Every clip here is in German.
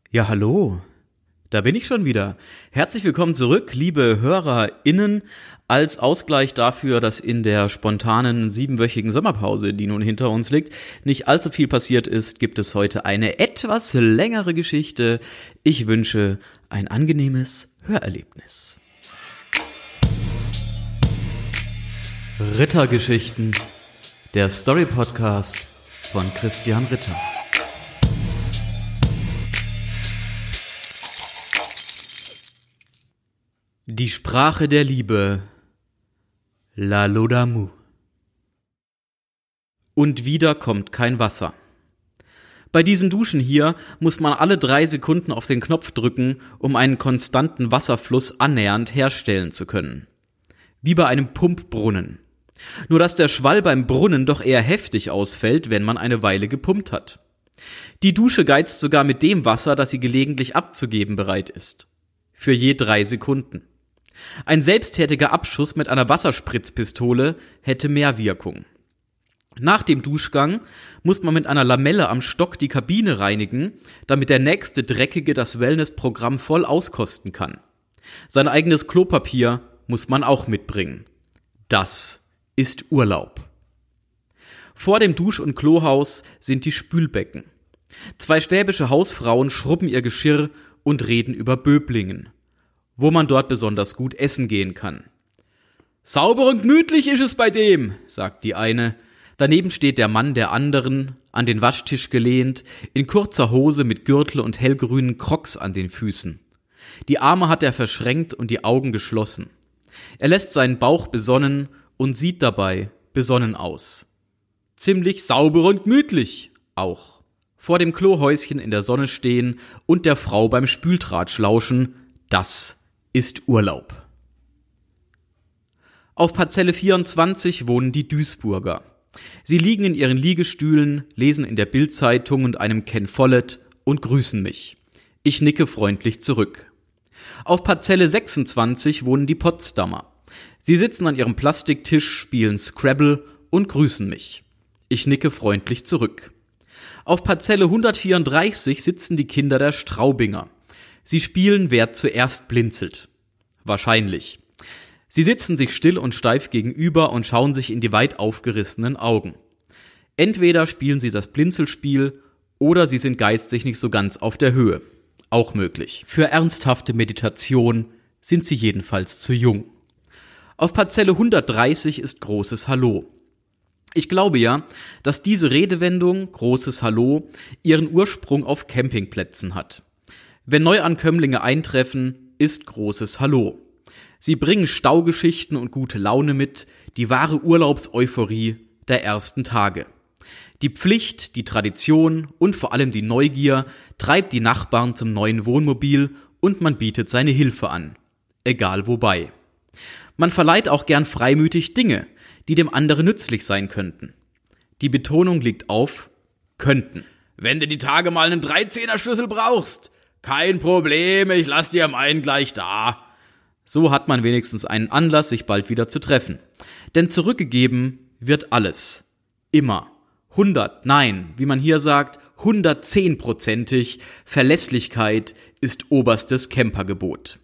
Ja, hallo. Da bin ich schon wieder. Herzlich willkommen zurück, liebe HörerInnen. Als Ausgleich dafür, dass in der spontanen 7-wöchigen Sommerpause, die nun hinter uns liegt, nicht allzu viel passiert ist, gibt es heute eine etwas längere Geschichte. Ich wünsche ein angenehmes Hörerlebnis. Rittergeschichten, der Story-Podcast von Christian Ritter. Die Sprache der Liebe, La Lodamu. Und wieder kommt kein Wasser. Bei diesen Duschen hier muss man alle 3 Sekunden auf den Knopf drücken, um einen konstanten Wasserfluss annähernd herstellen zu können. Wie bei einem Pumpbrunnen. Nur dass der Schwall beim Brunnen doch eher heftig ausfällt, wenn man eine Weile gepumpt hat. Die Dusche geizt sogar mit dem Wasser, das sie gelegentlich abzugeben bereit ist. Für je 3 Sekunden. Ein selbsttätiger Abschuss mit einer Wasserspritzpistole hätte mehr Wirkung. Nach dem Duschgang muss man mit einer Lamelle am Stock die Kabine reinigen, damit der nächste Dreckige das Wellnessprogramm voll auskosten kann. Sein eigenes Klopapier muss man auch mitbringen. Das ist Urlaub. Vor dem Dusch- und Klohaus sind die Spülbecken. 2 schwäbische Hausfrauen schrubben ihr Geschirr und reden über Böblingen, wo man dort besonders gut essen gehen kann. Sauber und gemütlich ist es bei dem, sagt die eine. Daneben steht der Mann der anderen, an den Waschtisch gelehnt, in kurzer Hose mit Gürtel und hellgrünen Crocs an den Füßen. Die Arme hat er verschränkt und die Augen geschlossen. Er lässt seinen Bauch besonnen und sieht dabei besonnen aus. Ziemlich sauber und gemütlich auch. Vor dem Klohäuschen in der Sonne stehen und der Frau beim Spültratsch lauschen, das ist Urlaub. Auf Parzelle 24 wohnen die Duisburger. Sie liegen in ihren Liegestühlen, lesen in der Bild-Zeitung und einem Ken Follett und grüßen mich. Ich nicke freundlich zurück. Auf Parzelle 26 wohnen die Potsdamer. Sie sitzen an ihrem Plastiktisch, spielen Scrabble und grüßen mich. Ich nicke freundlich zurück. Auf Parzelle 134 sitzen die Kinder der Straubinger. Sie spielen, wer zuerst blinzelt. Wahrscheinlich. Sie sitzen sich still und steif gegenüber und schauen sich in die weit aufgerissenen Augen. Entweder spielen sie das Blinzelspiel oder sie sind geistig nicht so ganz auf der Höhe. Auch möglich. Für ernsthafte Meditation sind sie jedenfalls zu jung. Auf Parzelle 130 ist großes Hallo. Ich glaube ja, dass diese Redewendung, großes Hallo, ihren Ursprung auf Campingplätzen hat. Wenn Neuankömmlinge eintreffen, ist großes Hallo. Sie bringen Staugeschichten und gute Laune mit, die wahre Urlaubseuphorie der ersten Tage. Die Pflicht, die Tradition und vor allem die Neugier treibt die Nachbarn zum neuen Wohnmobil und man bietet seine Hilfe an. Egal wobei. Man verleiht auch gern freimütig Dinge, die dem anderen nützlich sein könnten. Die Betonung liegt auf könnten. Wenn du die Tage mal einen 13er-Schlüssel brauchst, kein Problem, ich lass dir meinen gleich da. So hat man wenigstens einen Anlass, sich bald wieder zu treffen. Denn zurückgegeben wird alles. Immer. 100, nein, wie man hier sagt, 110%ig. Verlässlichkeit ist oberstes Campergebot.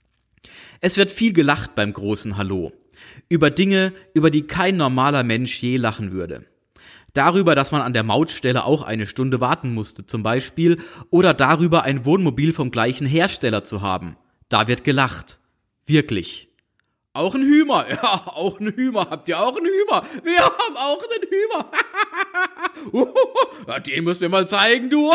Es wird viel gelacht beim großen Hallo. Über Dinge, über die kein normaler Mensch je lachen würde. Darüber, dass man an der Mautstelle auch eine Stunde warten musste zum Beispiel, oder darüber, ein Wohnmobil vom gleichen Hersteller zu haben. Da wird gelacht. Wirklich. Auch ein Hümer. Ja, auch ein Hümer. Habt ihr auch einen Hümer? Wir haben auch einen Hümer. Ja, den musst du mir mal zeigen, du.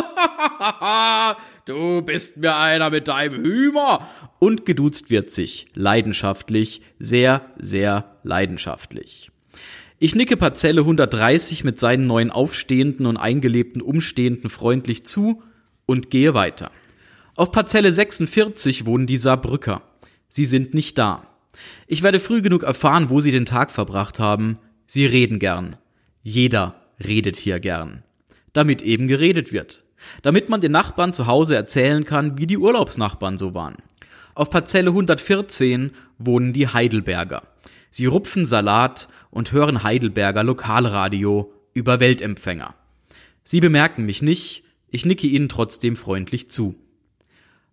Du bist mir einer mit deinem Hümer. Und geduzt wird sich. Leidenschaftlich. Sehr, sehr leidenschaftlich. Ich nicke Parzelle 130 mit seinen neuen aufstehenden und eingelebten Umstehenden freundlich zu und gehe weiter. Auf Parzelle 46 wohnen die Saarbrücker. Sie sind nicht da. Ich werde früh genug erfahren, wo sie den Tag verbracht haben. Sie reden gern. Jeder redet hier gern. Damit eben geredet wird. Damit man den Nachbarn zu Hause erzählen kann, wie die Urlaubsnachbarn so waren. Auf Parzelle 114 wohnen die Heidelberger. Sie rupfen Salat und hören Heidelberger Lokalradio über Weltempfänger. Sie bemerken mich nicht, ich nicke ihnen trotzdem freundlich zu.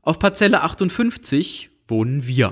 Auf Parzelle 58 wohnen wir.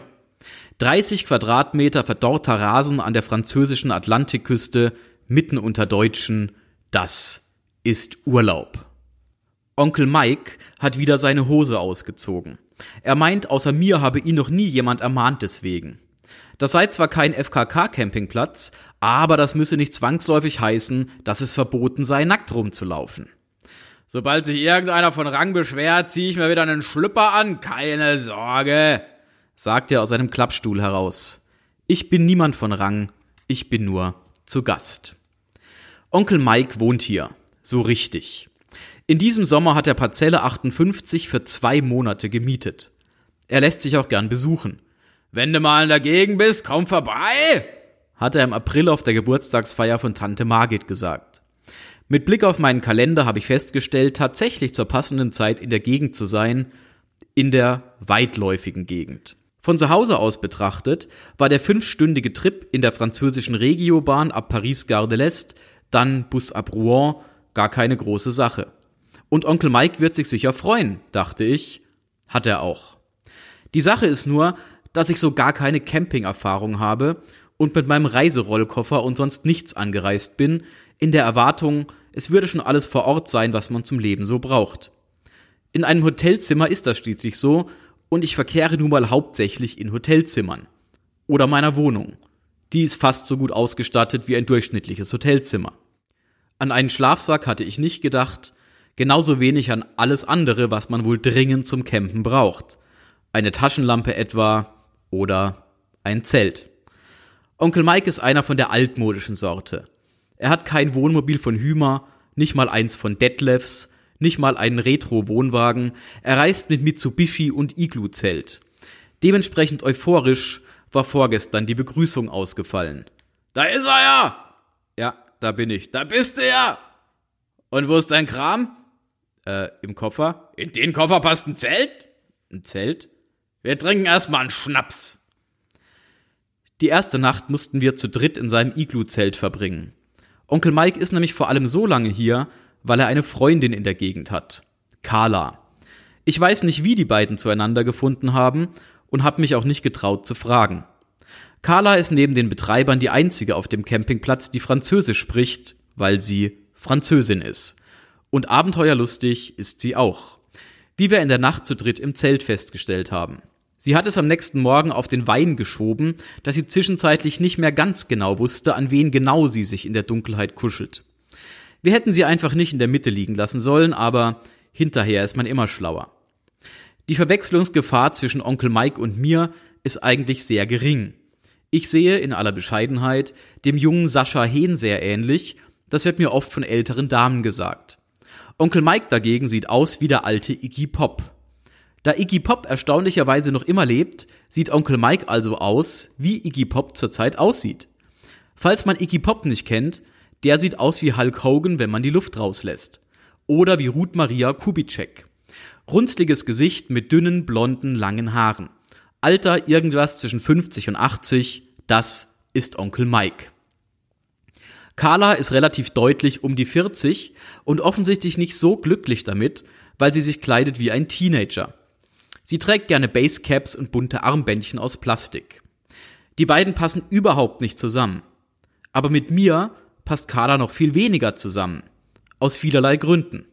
30 Quadratmeter verdorrter Rasen an der französischen Atlantikküste, mitten unter Deutschen. Das ist Urlaub. Onkel Mike hat wieder seine Hose ausgezogen. Er meint, außer mir habe ihn noch nie jemand ermahnt deswegen. Das sei zwar kein FKK-Campingplatz, aber das müsse nicht zwangsläufig heißen, dass es verboten sei, nackt rumzulaufen. Sobald sich irgendeiner von Rang beschwert, ziehe ich mir wieder einen Schlüpper an, keine Sorge, sagt er aus seinem Klappstuhl heraus. Ich bin niemand von Rang, ich bin nur zu Gast. Onkel Mike wohnt hier, so richtig. In diesem Sommer hat er Parzelle 58 für 2 Monate gemietet. Er lässt sich auch gern besuchen. Wenn du mal in der Gegend bist, komm vorbei, hat er im April auf der Geburtstagsfeier von Tante Margit gesagt. Mit Blick auf meinen Kalender habe ich festgestellt, tatsächlich zur passenden Zeit in der Gegend zu sein, in der weitläufigen Gegend. Von zu Hause aus betrachtet war der 5-stündige Trip in der französischen Regiobahn ab Paris Gare de l'Est, dann Bus ab Rouen, gar keine große Sache. Und Onkel Mike wird sich sicher freuen, dachte ich. Hat er auch. Die Sache ist nur, dass ich so gar keine Camping-Erfahrung habe und mit meinem Reiserollkoffer und sonst nichts angereist bin, in der Erwartung, es würde schon alles vor Ort sein, was man zum Leben so braucht. In einem Hotelzimmer ist das schließlich so und ich verkehre nun mal hauptsächlich in Hotelzimmern. Oder meiner Wohnung. Die ist fast so gut ausgestattet wie ein durchschnittliches Hotelzimmer. An einen Schlafsack hatte ich nicht gedacht, genauso wenig an alles andere, was man wohl dringend zum Campen braucht. Eine Taschenlampe etwa oder ein Zelt. Onkel Mike ist einer von der altmodischen Sorte. Er hat kein Wohnmobil von Hümer, nicht mal eins von Detlefs, nicht mal einen Retro-Wohnwagen. Er reist mit Mitsubishi und Iglu-Zelt. Dementsprechend euphorisch war vorgestern die Begrüßung ausgefallen. Da ist er ja! Ja, da bin ich. Da bist du ja! Und wo ist dein Kram? Im Koffer. In den Koffer passt ein Zelt? Ein Zelt? Wir trinken erstmal einen Schnaps. Die erste Nacht mussten wir zu dritt in seinem Iglu-Zelt verbringen. Onkel Mike ist nämlich vor allem so lange hier, weil er eine Freundin in der Gegend hat. Carla. Ich weiß nicht, wie die beiden zueinander gefunden haben und habe mich auch nicht getraut zu fragen. Carla ist neben den Betreibern die einzige auf dem Campingplatz, die Französisch spricht, weil sie Französin ist. Und abenteuerlustig ist sie auch. Wie wir in der Nacht zu dritt im Zelt festgestellt haben. Sie hat es am nächsten Morgen auf den Wein geschoben, dass sie zwischenzeitlich nicht mehr ganz genau wusste, an wen genau sie sich in der Dunkelheit kuschelt. Wir hätten sie einfach nicht in der Mitte liegen lassen sollen, aber hinterher ist man immer schlauer. Die Verwechslungsgefahr zwischen Onkel Mike und mir ist eigentlich sehr gering. Ich sehe in aller Bescheidenheit dem jungen Sascha Hehn sehr ähnlich, das wird mir oft von älteren Damen gesagt. Onkel Mike dagegen sieht aus wie der alte Iggy Pop. Da Iggy Pop erstaunlicherweise noch immer lebt, sieht Onkel Mike also aus, wie Iggy Pop zurzeit aussieht. Falls man Iggy Pop nicht kennt, der sieht aus wie Hulk Hogan, wenn man die Luft rauslässt. Oder wie Ruth Maria Kubitschek. Runzliges Gesicht mit dünnen, blonden, langen Haaren. Alter irgendwas zwischen 50 und 80, das ist Onkel Mike. Carla ist relativ deutlich um die 40 und offensichtlich nicht so glücklich damit, weil sie sich kleidet wie ein Teenager. Sie trägt gerne Basecaps und bunte Armbändchen aus Plastik. Die beiden passen überhaupt nicht zusammen. Aber mit mir passt Carla noch viel weniger zusammen. Aus vielerlei Gründen.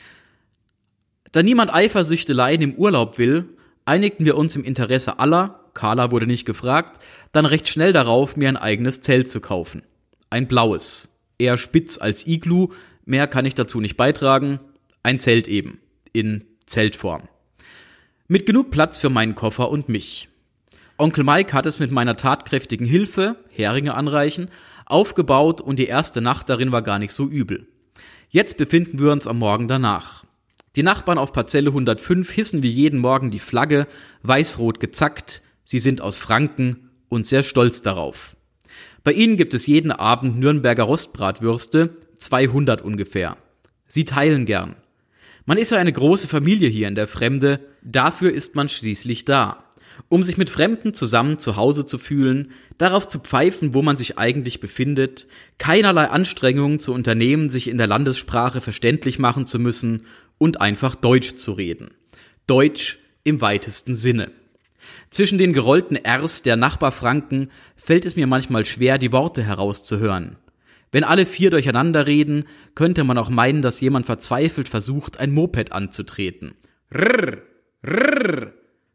Da niemand Eifersüchteleien im Urlaub will, einigten wir uns im Interesse aller, Carla wurde nicht gefragt, dann recht schnell darauf, mir ein eigenes Zelt zu kaufen. Ein blaues. Eher spitz als Iglu, mehr kann ich dazu nicht beitragen. Ein Zelt eben. In Zeltform. Mit genug Platz für meinen Koffer und mich. Onkel Mike hat es mit meiner tatkräftigen Hilfe, Heringe anreichen, aufgebaut und die erste Nacht darin war gar nicht so übel. Jetzt befinden wir uns am Morgen danach. Die Nachbarn auf Parzelle 105 hissen wie jeden Morgen die Flagge, weiß-rot gezackt, sie sind aus Franken und sehr stolz darauf. Bei ihnen gibt es jeden Abend Nürnberger Rostbratwürste, 200 ungefähr. Sie teilen gern. Man ist ja eine große Familie hier in der Fremde, dafür ist man schließlich da. Um sich mit Fremden zusammen zu Hause zu fühlen, darauf zu pfeifen, wo man sich eigentlich befindet, keinerlei Anstrengungen zu unternehmen, sich in der Landessprache verständlich machen zu müssen und einfach Deutsch zu reden. Deutsch im weitesten Sinne. Zwischen den gerollten Rs der Nachbarfranken fällt es mir manchmal schwer, die Worte herauszuhören. Wenn alle 4 durcheinander reden, könnte man auch meinen, dass jemand verzweifelt versucht, ein Moped anzutreten. Rrr, rrr,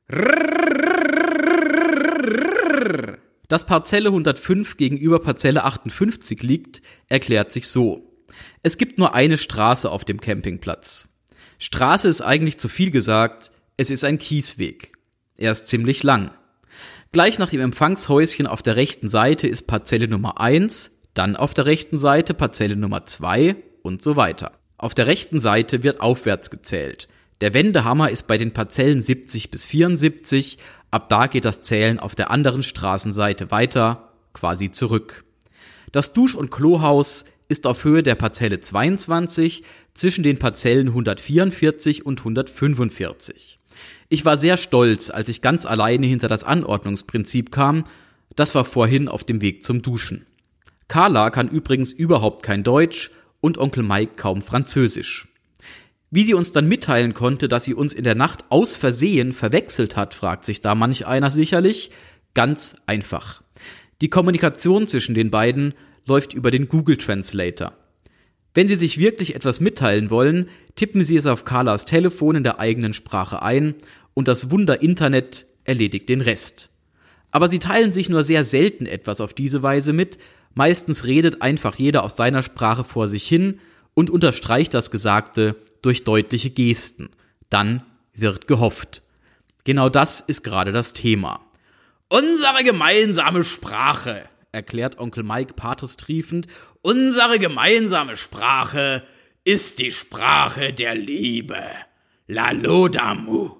rrr. Dass Parzelle 105 gegenüber Parzelle 58 liegt, erklärt sich so. Es gibt nur eine Straße auf dem Campingplatz. Straße ist eigentlich zu viel gesagt, es ist ein Kiesweg. Er ist ziemlich lang. Gleich nach dem Empfangshäuschen auf der rechten Seite ist Parzelle Nummer 1, dann auf der rechten Seite Parzelle Nummer 2 und so weiter. Auf der rechten Seite wird aufwärts gezählt. Der Wendehammer ist bei den Parzellen 70 bis 74, ab da geht das Zählen auf der anderen Straßenseite weiter, quasi zurück. Das Dusch- und Klohaus ist auf Höhe der Parzelle 22 zwischen den Parzellen 144 und 145. Ich war sehr stolz, als ich ganz alleine hinter das Anordnungsprinzip kam. Das war vorhin auf dem Weg zum Duschen. Carla kann übrigens überhaupt kein Deutsch und Onkel Mike kaum Französisch. Wie sie uns dann mitteilen konnte, dass sie uns in der Nacht aus Versehen verwechselt hat, fragt sich da manch einer sicherlich. Ganz einfach. Die Kommunikation zwischen den beiden läuft über den Google Translator. Wenn Sie sich wirklich etwas mitteilen wollen, tippen Sie es auf Carlas Telefon in der eigenen Sprache ein und das Wunder Internet erledigt den Rest. Aber sie teilen sich nur sehr selten etwas auf diese Weise mit, meistens redet einfach jeder aus seiner Sprache vor sich hin und unterstreicht das Gesagte durch deutliche Gesten. Dann wird gehofft. Genau das ist gerade das Thema. Unsere gemeinsame Sprache, erklärt Onkel Mike pathostriefend, unsere gemeinsame Sprache ist die Sprache der Liebe. Lalo d'amour.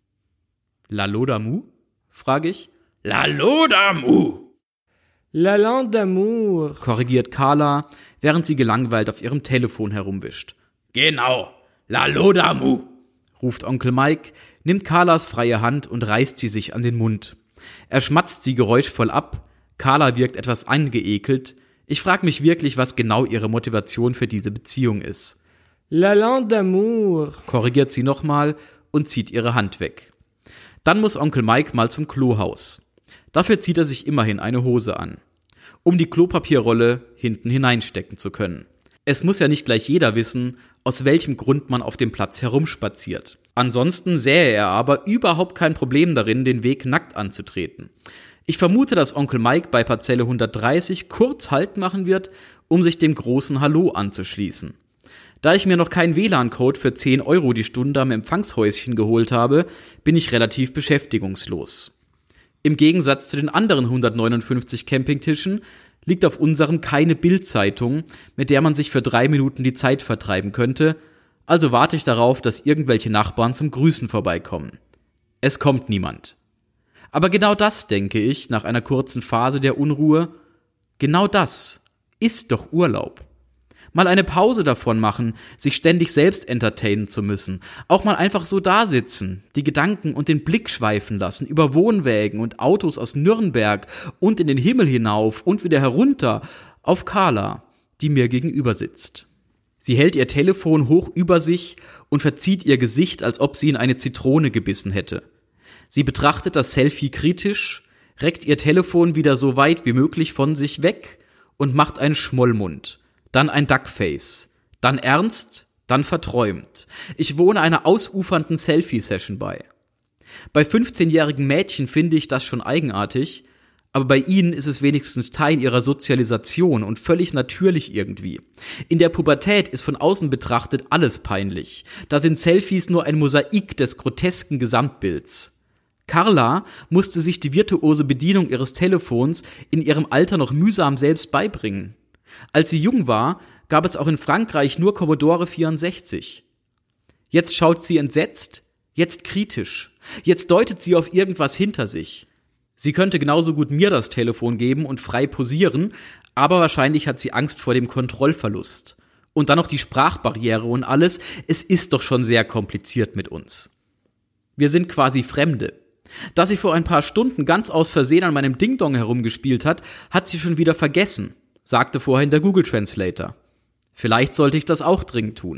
Lalo d'amour? Frage ich. Lalo d'amour. La langue d'amour, korrigiert Carla, während sie gelangweilt auf ihrem Telefon herumwischt. Genau, Lalo d'amour, ruft Onkel Mike, nimmt Carlas freie Hand und reißt sie sich an den Mund. Er schmatzt sie geräuschvoll ab. Carla wirkt etwas angeekelt. Ich frage mich wirklich, was genau ihre Motivation für diese Beziehung ist. La langue d'amour, korrigiert sie nochmal und zieht ihre Hand weg. Dann muss Onkel Mike mal zum Klohaus. Dafür zieht er sich immerhin eine Hose an, um die Klopapierrolle hinten hineinstecken zu können. Es muss ja nicht gleich jeder wissen, aus welchem Grund man auf dem Platz herumspaziert. Ansonsten sähe er aber überhaupt kein Problem darin, den Weg nackt anzutreten. Ich vermute, dass Onkel Mike bei Parzelle 130 kurz Halt machen wird, um sich dem großen Hallo anzuschließen. Da ich mir noch keinen WLAN-Code für 10 € die Stunde am Empfangshäuschen geholt habe, bin ich relativ beschäftigungslos. Im Gegensatz zu den anderen 159 Campingtischen liegt auf unserem keine Bildzeitung, mit der man sich für 3 Minuten die Zeit vertreiben könnte, also warte ich darauf, dass irgendwelche Nachbarn zum Grüßen vorbeikommen. Es kommt niemand. Aber genau das, denke ich, nach einer kurzen Phase der Unruhe, genau das ist doch Urlaub. Mal eine Pause davon machen, sich ständig selbst entertainen zu müssen. Auch mal einfach so dasitzen, die Gedanken und den Blick schweifen lassen über Wohnwägen und Autos aus Nürnberg und in den Himmel hinauf und wieder herunter auf Carla, die mir gegenüber sitzt. Sie hält ihr Telefon hoch über sich und verzieht ihr Gesicht, als ob sie in eine Zitrone gebissen hätte. Sie betrachtet das Selfie kritisch, reckt ihr Telefon wieder so weit wie möglich von sich weg und macht einen Schmollmund. Dann ein Duckface, dann ernst, dann verträumt. Ich wohne einer ausufernden Selfie-Session bei. Bei 15-jährigen Mädchen finde ich das schon eigenartig, aber bei ihnen ist es wenigstens Teil ihrer Sozialisation und völlig natürlich irgendwie. In der Pubertät ist von außen betrachtet alles peinlich. Da sind Selfies nur ein Mosaik des grotesken Gesamtbilds. Carla musste sich die virtuose Bedienung ihres Telefons in ihrem Alter noch mühsam selbst beibringen. Als sie jung war, gab es auch in Frankreich nur Commodore 64. Jetzt schaut sie entsetzt, jetzt kritisch. Jetzt deutet sie auf irgendwas hinter sich. Sie könnte genauso gut mir das Telefon geben und frei posieren, aber wahrscheinlich hat sie Angst vor dem Kontrollverlust. Und dann noch die Sprachbarriere und alles. Es ist doch schon sehr kompliziert mit uns. Wir sind quasi Fremde. Dass sie vor ein paar Stunden ganz aus Versehen an meinem Ding-Dong herumgespielt hat, hat sie schon wieder vergessen, sagte vorhin der Google Translator. Vielleicht sollte ich das auch dringend tun.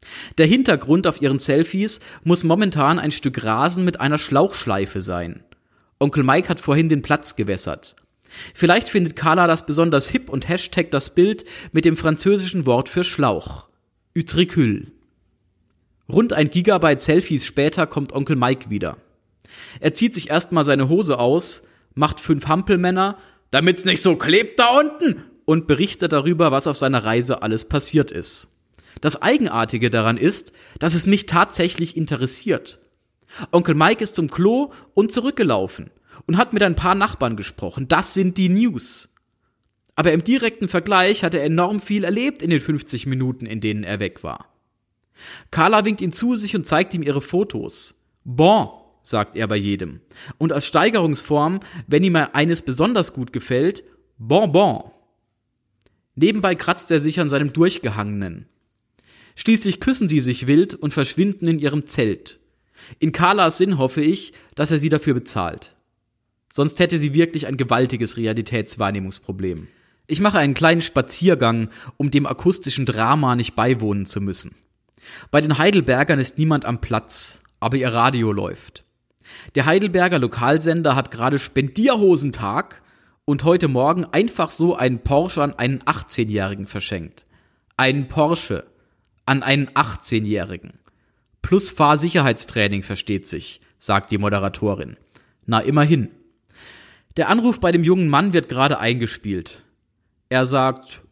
Der Hintergrund auf ihren Selfies muss momentan ein Stück Rasen mit einer Schlauchschleife sein. Onkel Mike hat vorhin den Platz gewässert. Vielleicht findet Carla das besonders hip und hashtagt das Bild mit dem französischen Wort für Schlauch. Utricule. Rund 1 Gigabyte Selfies später kommt Onkel Mike wieder. Er zieht sich erstmal seine Hose aus, macht 5 Hampelmänner, damit's nicht so klebt da unten, und berichtet darüber, was auf seiner Reise alles passiert ist. Das Eigenartige daran ist, dass es mich tatsächlich interessiert. Onkel Mike ist zum Klo und zurückgelaufen und hat mit ein paar Nachbarn gesprochen. Das sind die News. Aber im direkten Vergleich hat er enorm viel erlebt in den 50 Minuten, in denen er weg war. Carla winkt ihn zu sich und zeigt ihm ihre Fotos. Bon, sagt er bei jedem. Und als Steigerungsform, wenn ihm eines besonders gut gefällt, bon. Nebenbei kratzt er sich an seinem Durchgehangenen. Schließlich küssen sie sich wild und verschwinden in ihrem Zelt. In Carlas Sinn hoffe ich, dass er sie dafür bezahlt. Sonst hätte sie wirklich ein gewaltiges Realitätswahrnehmungsproblem. Ich mache einen kleinen Spaziergang, um dem akustischen Drama nicht beiwohnen zu müssen. Bei den Heidelbergern ist niemand am Platz, aber ihr Radio läuft. Der Heidelberger Lokalsender hat gerade Spendierhosentag und heute Morgen einfach so einen Porsche an einen 18-Jährigen verschenkt. Einen Porsche an einen 18-Jährigen. Plus Fahrsicherheitstraining, versteht sich, sagt die Moderatorin. Na, immerhin. Der Anruf bei dem jungen Mann wird gerade eingespielt. Er sagt,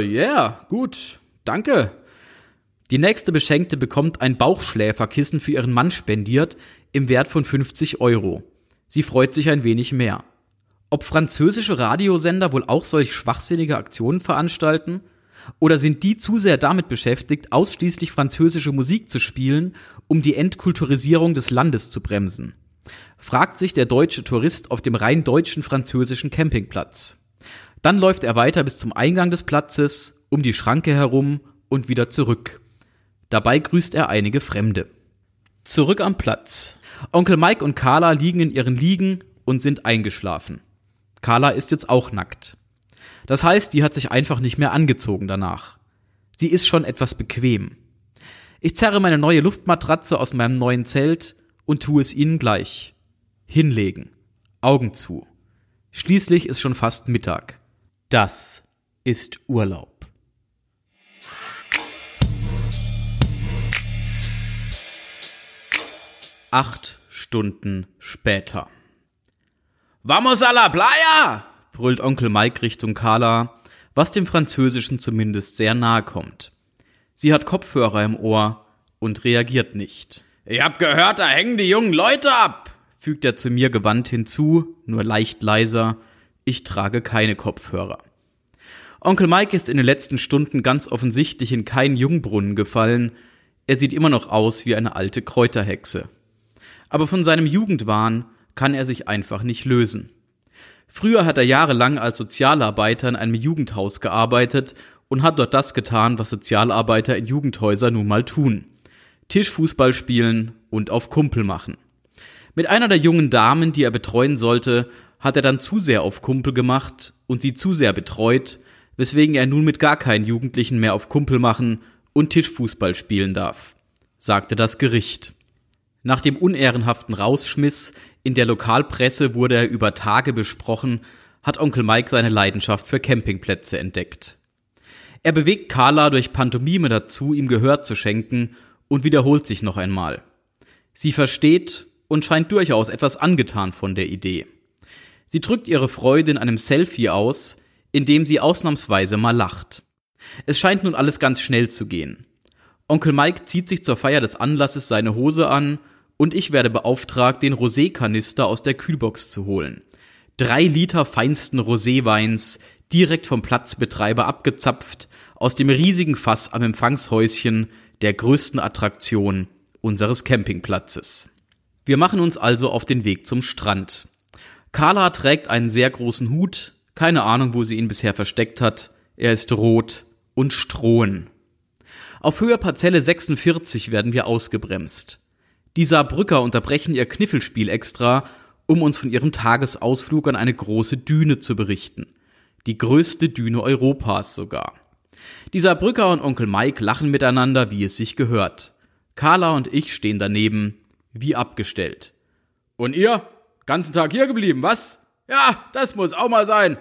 gut, danke. Die nächste Beschenkte bekommt ein Bauchschläferkissen für ihren Mann spendiert, im Wert von 50 €. Sie freut sich ein wenig mehr. Ob französische Radiosender wohl auch solch schwachsinnige Aktionen veranstalten? Oder sind die zu sehr damit beschäftigt, ausschließlich französische Musik zu spielen, um die Entkulturisierung des Landes zu bremsen? Fragt sich der deutsche Tourist auf dem rein deutschen französischen Campingplatz. Dann läuft er weiter bis zum Eingang des Platzes, um die Schranke herum und wieder zurück. Dabei grüßt er einige Fremde. Zurück am Platz. Onkel Mike und Carla liegen in ihren Liegen und sind eingeschlafen. Carla ist jetzt auch nackt. Das heißt, die hat sich einfach nicht mehr angezogen danach. Sie ist schon etwas bequem. Ich zerre meine neue Luftmatratze aus meinem neuen Zelt und tue es ihnen gleich. Hinlegen. Augen zu. Schließlich ist schon fast Mittag. Das ist Urlaub. Acht Stunden später. Vamos a la playa! Brüllt Onkel Mike Richtung Carla, was dem Französischen zumindest sehr nahe kommt. Sie hat Kopfhörer im Ohr und reagiert nicht. Ich hab gehört, da hängen die jungen Leute ab, fügt er zu mir gewandt hinzu, nur leicht leiser. Ich trage keine Kopfhörer. Onkel Mike ist in den letzten Stunden ganz offensichtlich in keinen Jungbrunnen gefallen. Er sieht immer noch aus wie eine alte Kräuterhexe. Aber von seinem Jugendwahn kann er sich einfach nicht lösen. Früher hat er jahrelang als Sozialarbeiter in einem Jugendhaus gearbeitet und hat dort das getan, was Sozialarbeiter in Jugendhäusern nun mal tun. Tischfußball spielen und auf Kumpel machen. Mit einer der jungen Damen, die er betreuen sollte, hat er dann zu sehr auf Kumpel gemacht und sie zu sehr betreut, weswegen er nun mit gar keinen Jugendlichen mehr auf Kumpel machen und Tischfußball spielen darf, sagte das Gericht. Nach dem unehrenhaften Rausschmiss in der Lokalpresse wurde er über Tage besprochen, hat Onkel Mike seine Leidenschaft für Campingplätze entdeckt. Er bewegt Carla durch Pantomime dazu, ihm Gehör zu schenken und wiederholt sich noch einmal. Sie versteht und scheint durchaus etwas angetan von der Idee. Sie drückt ihre Freude in einem Selfie aus, in dem sie ausnahmsweise mal lacht. Es scheint nun alles ganz schnell zu gehen. Onkel Mike zieht sich zur Feier des Anlasses seine Hose an und ich werde beauftragt, den Rosé-Kanister aus der Kühlbox zu holen. 3 Liter feinsten Roséweins, direkt vom Platzbetreiber abgezapft, aus dem riesigen Fass am Empfangshäuschen, der größten Attraktion unseres Campingplatzes. Wir machen uns also auf den Weg zum Strand. Carla trägt einen sehr großen Hut, keine Ahnung, wo sie ihn bisher versteckt hat. Er ist rot und strohen. Auf Höhe Parzelle 46 werden wir ausgebremst. Die Saarbrücker unterbrechen ihr Kniffelspiel extra, um uns von ihrem Tagesausflug an eine große Düne zu berichten. Die größte Düne Europas sogar. Die Saarbrücker und Onkel Mike lachen miteinander, wie es sich gehört. Carla und ich stehen daneben, wie abgestellt. Und ihr? Ganzen Tag hier geblieben, was? Ja, das muss auch mal sein,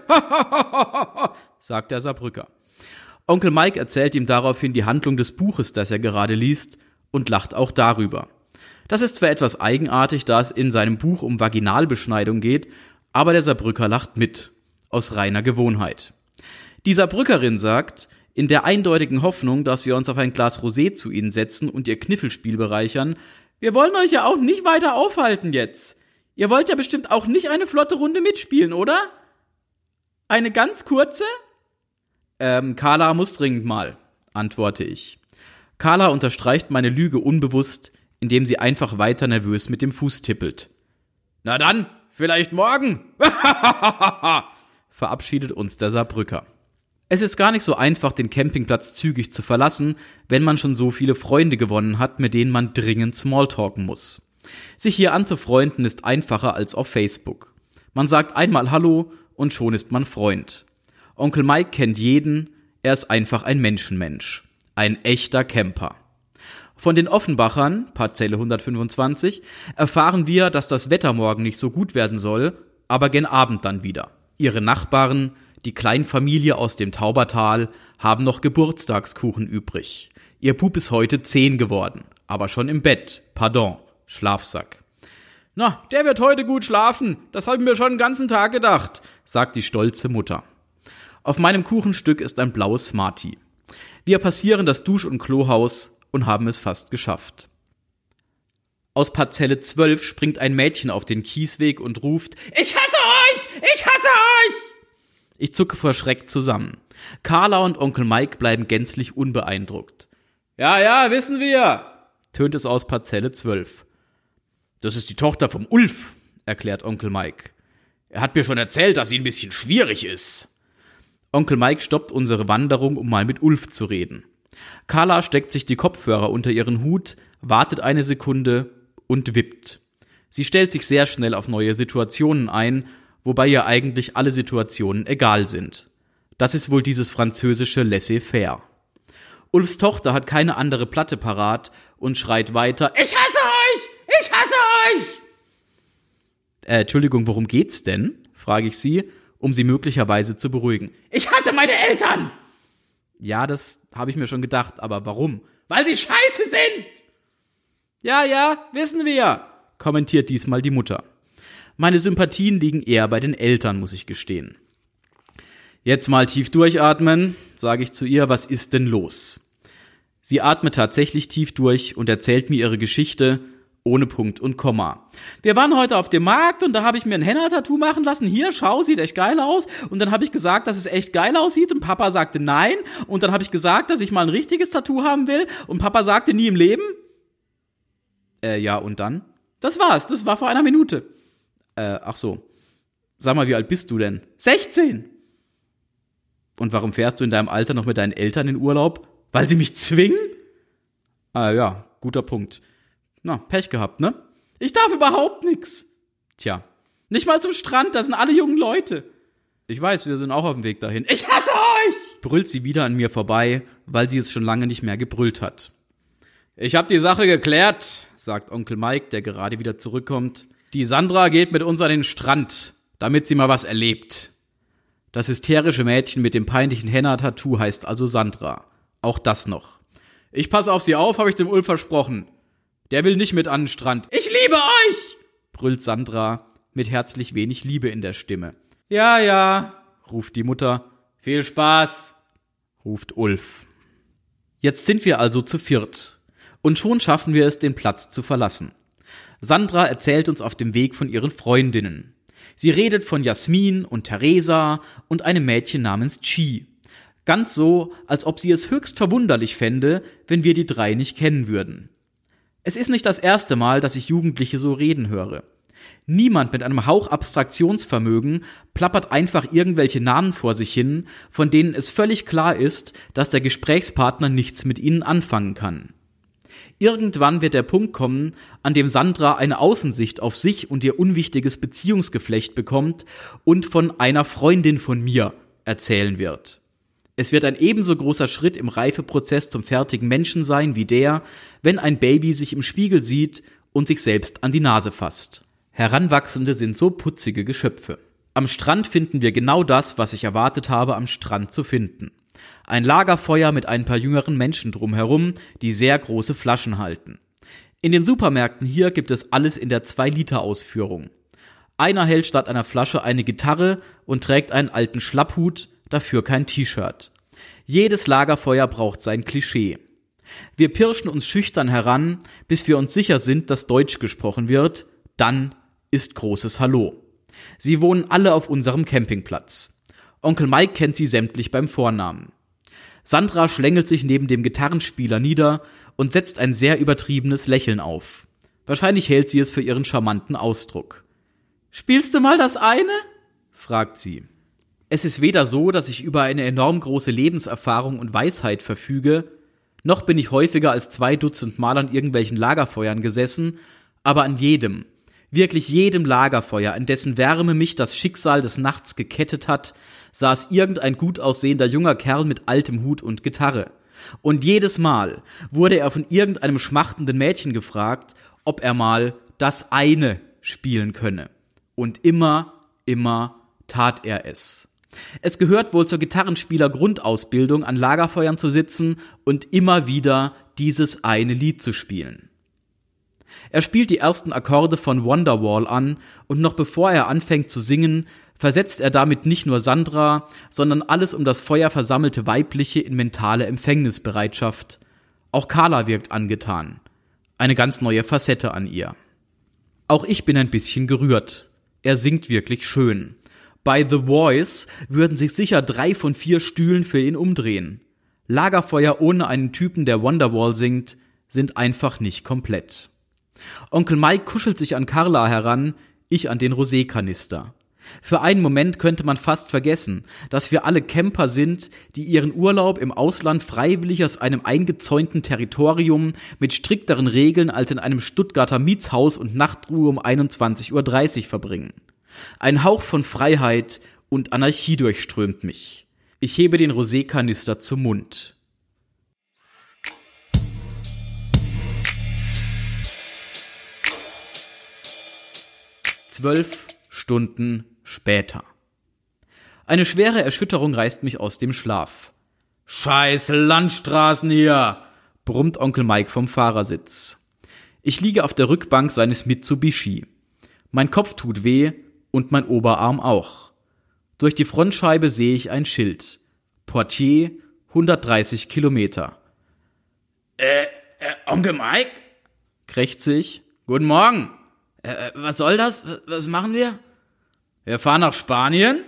sagt der Saarbrücker. Onkel Mike erzählt ihm daraufhin die Handlung des Buches, das er gerade liest, und lacht auch darüber. Das ist zwar etwas eigenartig, da es in seinem Buch um Vaginalbeschneidung geht, aber der Saarbrücker lacht mit, aus reiner Gewohnheit. Die Saarbrückerin sagt, in der eindeutigen Hoffnung, dass wir uns auf ein Glas Rosé zu ihnen setzen und ihr Kniffelspiel bereichern, wir wollen euch ja auch nicht weiter aufhalten jetzt. Ihr wollt ja bestimmt auch nicht eine flotte Runde mitspielen, oder? Eine ganz kurze? Carla muss dringend mal, antworte ich. Carla unterstreicht meine Lüge unbewusst, indem sie einfach weiter nervös mit dem Fuß tippelt. Na dann, vielleicht morgen, verabschiedet uns der Saarbrücker. Es ist gar nicht so einfach, den Campingplatz zügig zu verlassen, wenn man schon so viele Freunde gewonnen hat, mit denen man dringend Smalltalken muss. Sich hier anzufreunden ist einfacher als auf Facebook. Man sagt einmal Hallo und schon ist man Freund. Onkel Mike kennt jeden, er ist einfach ein Menschenmensch. Ein echter Camper. Von den Offenbachern, Parzelle 125, erfahren wir, dass das Wetter morgen nicht so gut werden soll, aber gen Abend dann wieder. Ihre Nachbarn, die Kleinfamilie aus dem Taubertal, haben noch Geburtstagskuchen übrig. Ihr Bub ist heute 10 geworden, aber schon im Bett, pardon, Schlafsack. Na, der wird heute gut schlafen, das habe ich mir schon den ganzen Tag gedacht, sagt die stolze Mutter. Auf meinem Kuchenstück ist ein blaues Smartie. Wir passieren das Dusch- und Klohaus und haben es fast geschafft. Aus Parzelle 12 springt ein Mädchen auf den Kiesweg und ruft, Ich hasse euch! Ich hasse euch! Ich zucke vor Schreck zusammen. Carla und Onkel Mike bleiben gänzlich unbeeindruckt. Ja, wissen wir, tönt es aus Parzelle 12. Das ist die Tochter vom Ulf, erklärt Onkel Mike. Er hat mir schon erzählt, dass sie ein bisschen schwierig ist. Onkel Mike stoppt unsere Wanderung, um mal mit Ulf zu reden. Carla steckt sich die Kopfhörer unter ihren Hut, wartet eine Sekunde und wippt. Sie stellt sich sehr schnell auf neue Situationen ein, wobei ihr eigentlich alle Situationen egal sind. Das ist wohl dieses französische Laissez-faire. Ulfs Tochter hat keine andere Platte parat und schreit weiter, Ich hasse euch! Ich hasse euch! Entschuldigung, worum geht's denn? Frage ich sie, um sie möglicherweise zu beruhigen. Ich hasse meine Eltern! Ja, das habe ich mir schon gedacht, aber warum? Weil sie scheiße sind! Ja, wissen wir, kommentiert diesmal die Mutter. Meine Sympathien liegen eher bei den Eltern, muss ich gestehen. Jetzt mal tief durchatmen, sage ich zu ihr, was ist denn los? Sie atmet tatsächlich tief durch und erzählt mir ihre Geschichte ohne Punkt und Komma. Wir waren heute auf dem Markt und da habe ich mir ein Henna-Tattoo machen lassen. Hier, schau, sieht echt geil aus. Und dann habe ich gesagt, dass es echt geil aussieht und Papa sagte nein. Und dann habe ich gesagt, dass ich mal ein richtiges Tattoo haben will und Papa sagte nie im Leben. Ja, und dann? Das war's, das war vor einer Minute. Ach so. Sag mal, wie alt bist du denn? 16. Und warum fährst du in deinem Alter noch mit deinen Eltern in Urlaub? Weil sie mich zwingen? Ja, guter Punkt. Na, Pech gehabt, ne? Ich darf überhaupt nix. Tja, nicht mal zum Strand, da sind alle jungen Leute. Ich weiß, wir sind auch auf dem Weg dahin. Ich hasse euch! Brüllt sie wieder an mir vorbei, weil sie es schon lange nicht mehr gebrüllt hat. Ich hab die Sache geklärt, sagt Onkel Mike, der gerade wieder zurückkommt. Die Sandra geht mit uns an den Strand, damit sie mal was erlebt. Das hysterische Mädchen mit dem peinlichen Henna-Tattoo heißt also Sandra. Auch das noch. Ich passe auf sie auf, habe ich dem Ulf versprochen. Der will nicht mit an den Strand. Ich liebe euch! Brüllt Sandra mit herzlich wenig Liebe in der Stimme. Ja, ruft die Mutter. Viel Spaß, ruft Ulf. Jetzt sind wir also zu viert. Und schon schaffen wir es, den Platz zu verlassen. Sandra erzählt uns auf dem Weg von ihren Freundinnen. Sie redet von Jasmin und Theresa und einem Mädchen namens Chi. Ganz so, als ob sie es höchst verwunderlich fände, wenn wir die drei nicht kennen würden. Es ist nicht das erste Mal, dass ich Jugendliche so reden höre. Niemand mit einem Hauch Abstraktionsvermögen plappert einfach irgendwelche Namen vor sich hin, von denen es völlig klar ist, dass der Gesprächspartner nichts mit ihnen anfangen kann. Irgendwann wird der Punkt kommen, an dem Sandra eine Außensicht auf sich und ihr unwichtiges Beziehungsgeflecht bekommt und von einer Freundin von mir erzählen wird. Es wird ein ebenso großer Schritt im Reifeprozess zum fertigen Menschen sein wie der, wenn ein Baby sich im Spiegel sieht und sich selbst an die Nase fasst. Heranwachsende sind so putzige Geschöpfe. Am Strand finden wir genau das, was ich erwartet habe, am Strand zu finden. Ein Lagerfeuer mit ein paar jüngeren Menschen drumherum, die sehr große Flaschen halten. In den Supermärkten hier gibt es alles in der 2-Liter-Ausführung. Einer hält statt einer Flasche eine Gitarre und trägt einen alten Schlapphut, dafür kein T-Shirt. Jedes Lagerfeuer braucht sein Klischee. Wir pirschen uns schüchtern heran, bis wir uns sicher sind, dass Deutsch gesprochen wird, dann ist großes Hallo. Sie wohnen alle auf unserem Campingplatz. Onkel Mike kennt sie sämtlich beim Vornamen. Sandra schlängelt sich neben dem Gitarrenspieler nieder und setzt ein sehr übertriebenes Lächeln auf. Wahrscheinlich hält sie es für ihren charmanten Ausdruck. »Spielst du mal das eine?« fragt sie. Es ist weder so, dass ich über eine enorm große Lebenserfahrung und Weisheit verfüge, noch bin ich häufiger als 2 Dutzend Mal an irgendwelchen Lagerfeuern gesessen, aber an jedem, wirklich jedem Lagerfeuer, an dessen Wärme mich das Schicksal des Nachts gekettet hat, saß irgendein gut aussehender junger Kerl mit altem Hut und Gitarre. Und jedes Mal wurde er von irgendeinem schmachtenden Mädchen gefragt, ob er mal das eine spielen könne. Und immer tat er es. Es gehört wohl zur Gitarrenspieler-Grundausbildung, an Lagerfeuern zu sitzen und immer wieder dieses eine Lied zu spielen. Er spielt die ersten Akkorde von Wonderwall an und noch bevor er anfängt zu singen, versetzt er damit nicht nur Sandra, sondern alles um das Feuer versammelte Weibliche in mentale Empfängnisbereitschaft. Auch Carla wirkt angetan. Eine ganz neue Facette an ihr. Auch ich bin ein bisschen gerührt. Er singt wirklich schön. Bei The Voice würden sich sicher 3 von 4 Stühlen für ihn umdrehen. Lagerfeuer ohne einen Typen, der Wonderwall singt, sind einfach nicht komplett. Onkel Mike kuschelt sich an Carla heran, ich an den Rosékanister. Für einen Moment könnte man fast vergessen, dass wir alle Camper sind, die ihren Urlaub im Ausland freiwillig auf einem eingezäunten Territorium mit strikteren Regeln als in einem Stuttgarter Mietshaus und Nachtruhe um 21:30 Uhr verbringen. Ein Hauch von Freiheit und Anarchie durchströmt mich. Ich hebe den Rosékanister zum Mund. Zwölf Stunden später. Eine schwere Erschütterung reißt mich aus dem Schlaf. »Scheiß Landstraßen hier«, brummt Onkel Mike vom Fahrersitz. Ich liege auf der Rückbank seines Mitsubishi. Mein Kopf tut weh und mein Oberarm auch. Durch die Frontscheibe sehe ich ein Schild. Poitiers, 130 Kilometer. Onkel Mike? Krächze ich. Guten Morgen. Was soll das? Was machen wir? Wir fahren nach Spanien.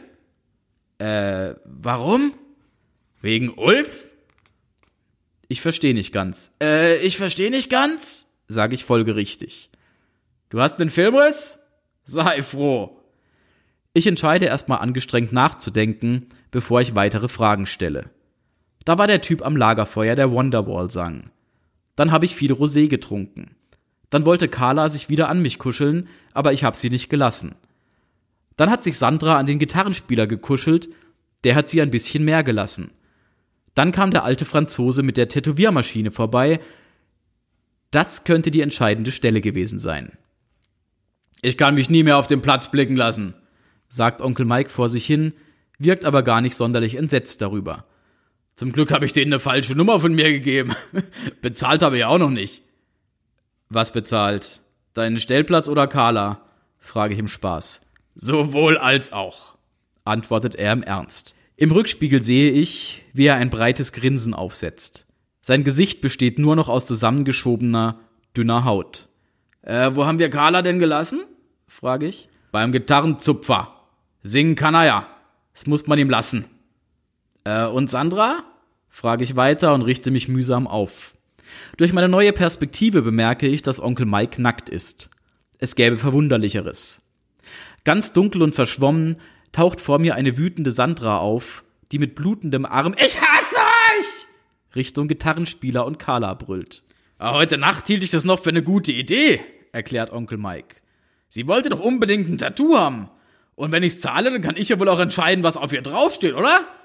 Warum? Wegen Ulf? Ich verstehe nicht ganz. Ich verstehe nicht ganz? Sage ich folgerichtig. Du hast einen Filmriss? Sei froh. Ich entscheide erstmal angestrengt nachzudenken, bevor ich weitere Fragen stelle. Da war der Typ am Lagerfeuer, der Wonderwall sang. Dann habe ich viel Rosé getrunken. Dann wollte Carla sich wieder an mich kuscheln, aber ich habe sie nicht gelassen. Dann hat sich Sandra an den Gitarrenspieler gekuschelt, der hat sie ein bisschen mehr gelassen. Dann kam der alte Franzose mit der Tätowiermaschine vorbei. Das könnte die entscheidende Stelle gewesen sein. Ich kann mich nie mehr auf den Platz blicken lassen, sagt Onkel Mike vor sich hin, wirkt aber gar nicht sonderlich entsetzt darüber. Zum Glück habe ich denen eine falsche Nummer von mir gegeben. Bezahlt habe ich auch noch nicht. Was bezahlt? Deinen Stellplatz oder Carla? Frage ich im Spaß. Sowohl als auch, antwortet er im Ernst. Im Rückspiegel sehe ich, wie er ein breites Grinsen aufsetzt. Sein Gesicht besteht nur noch aus zusammengeschobener, dünner Haut. Wo haben wir Carla denn gelassen? Frage ich. Beim Gitarrenzupfer. Singen kann er ja. Das muss man ihm lassen. Und Sandra? Frage ich weiter und richte mich mühsam auf. Durch meine neue Perspektive bemerke ich, dass Onkel Mike nackt ist. Es gäbe Verwunderlicheres. Ganz dunkel und verschwommen taucht vor mir eine wütende Sandra auf, die mit blutendem Arm »Ich hasse euch!« Richtung Gitarrenspieler und Carla brüllt. Heute Nacht hielt ich das noch für eine gute Idee, erklärt Onkel Mike. Sie wollte doch unbedingt ein Tattoo haben. Und wenn ich's zahle, dann kann ich ja wohl auch entscheiden, was auf ihr draufsteht, oder?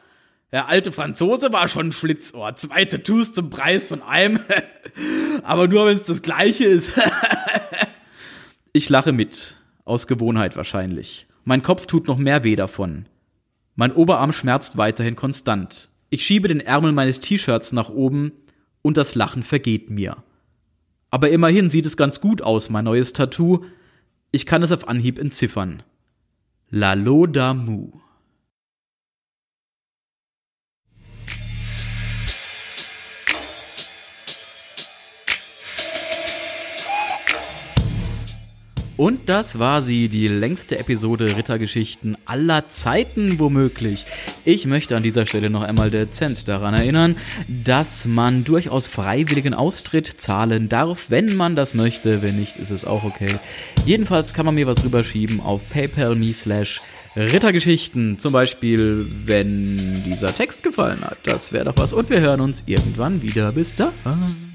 Der alte Franzose war schon ein Schlitzohr. 2 Tattoos zum Preis von einem. Aber nur, wenn es das Gleiche ist. Ich lache mit. Aus Gewohnheit wahrscheinlich. Mein Kopf tut noch mehr weh davon. Mein Oberarm schmerzt weiterhin konstant. Ich schiebe den Ärmel meines T-Shirts nach oben und das Lachen vergeht mir. Aber immerhin sieht es ganz gut aus, mein neues Tattoo. Ich kann es auf Anhieb entziffern. Lalo Damu. Und das war sie, die längste Episode Rittergeschichten aller Zeiten womöglich. Ich möchte an dieser Stelle noch einmal dezent daran erinnern, dass man durchaus freiwilligen Austritt zahlen darf, wenn man das möchte. Wenn nicht, ist es auch okay. Jedenfalls kann man mir was rüberschieben auf paypal.me/Rittergeschichten. Zum Beispiel, wenn dieser Text gefallen hat. Das wäre doch was. Und wir hören uns irgendwann wieder. Bis dann.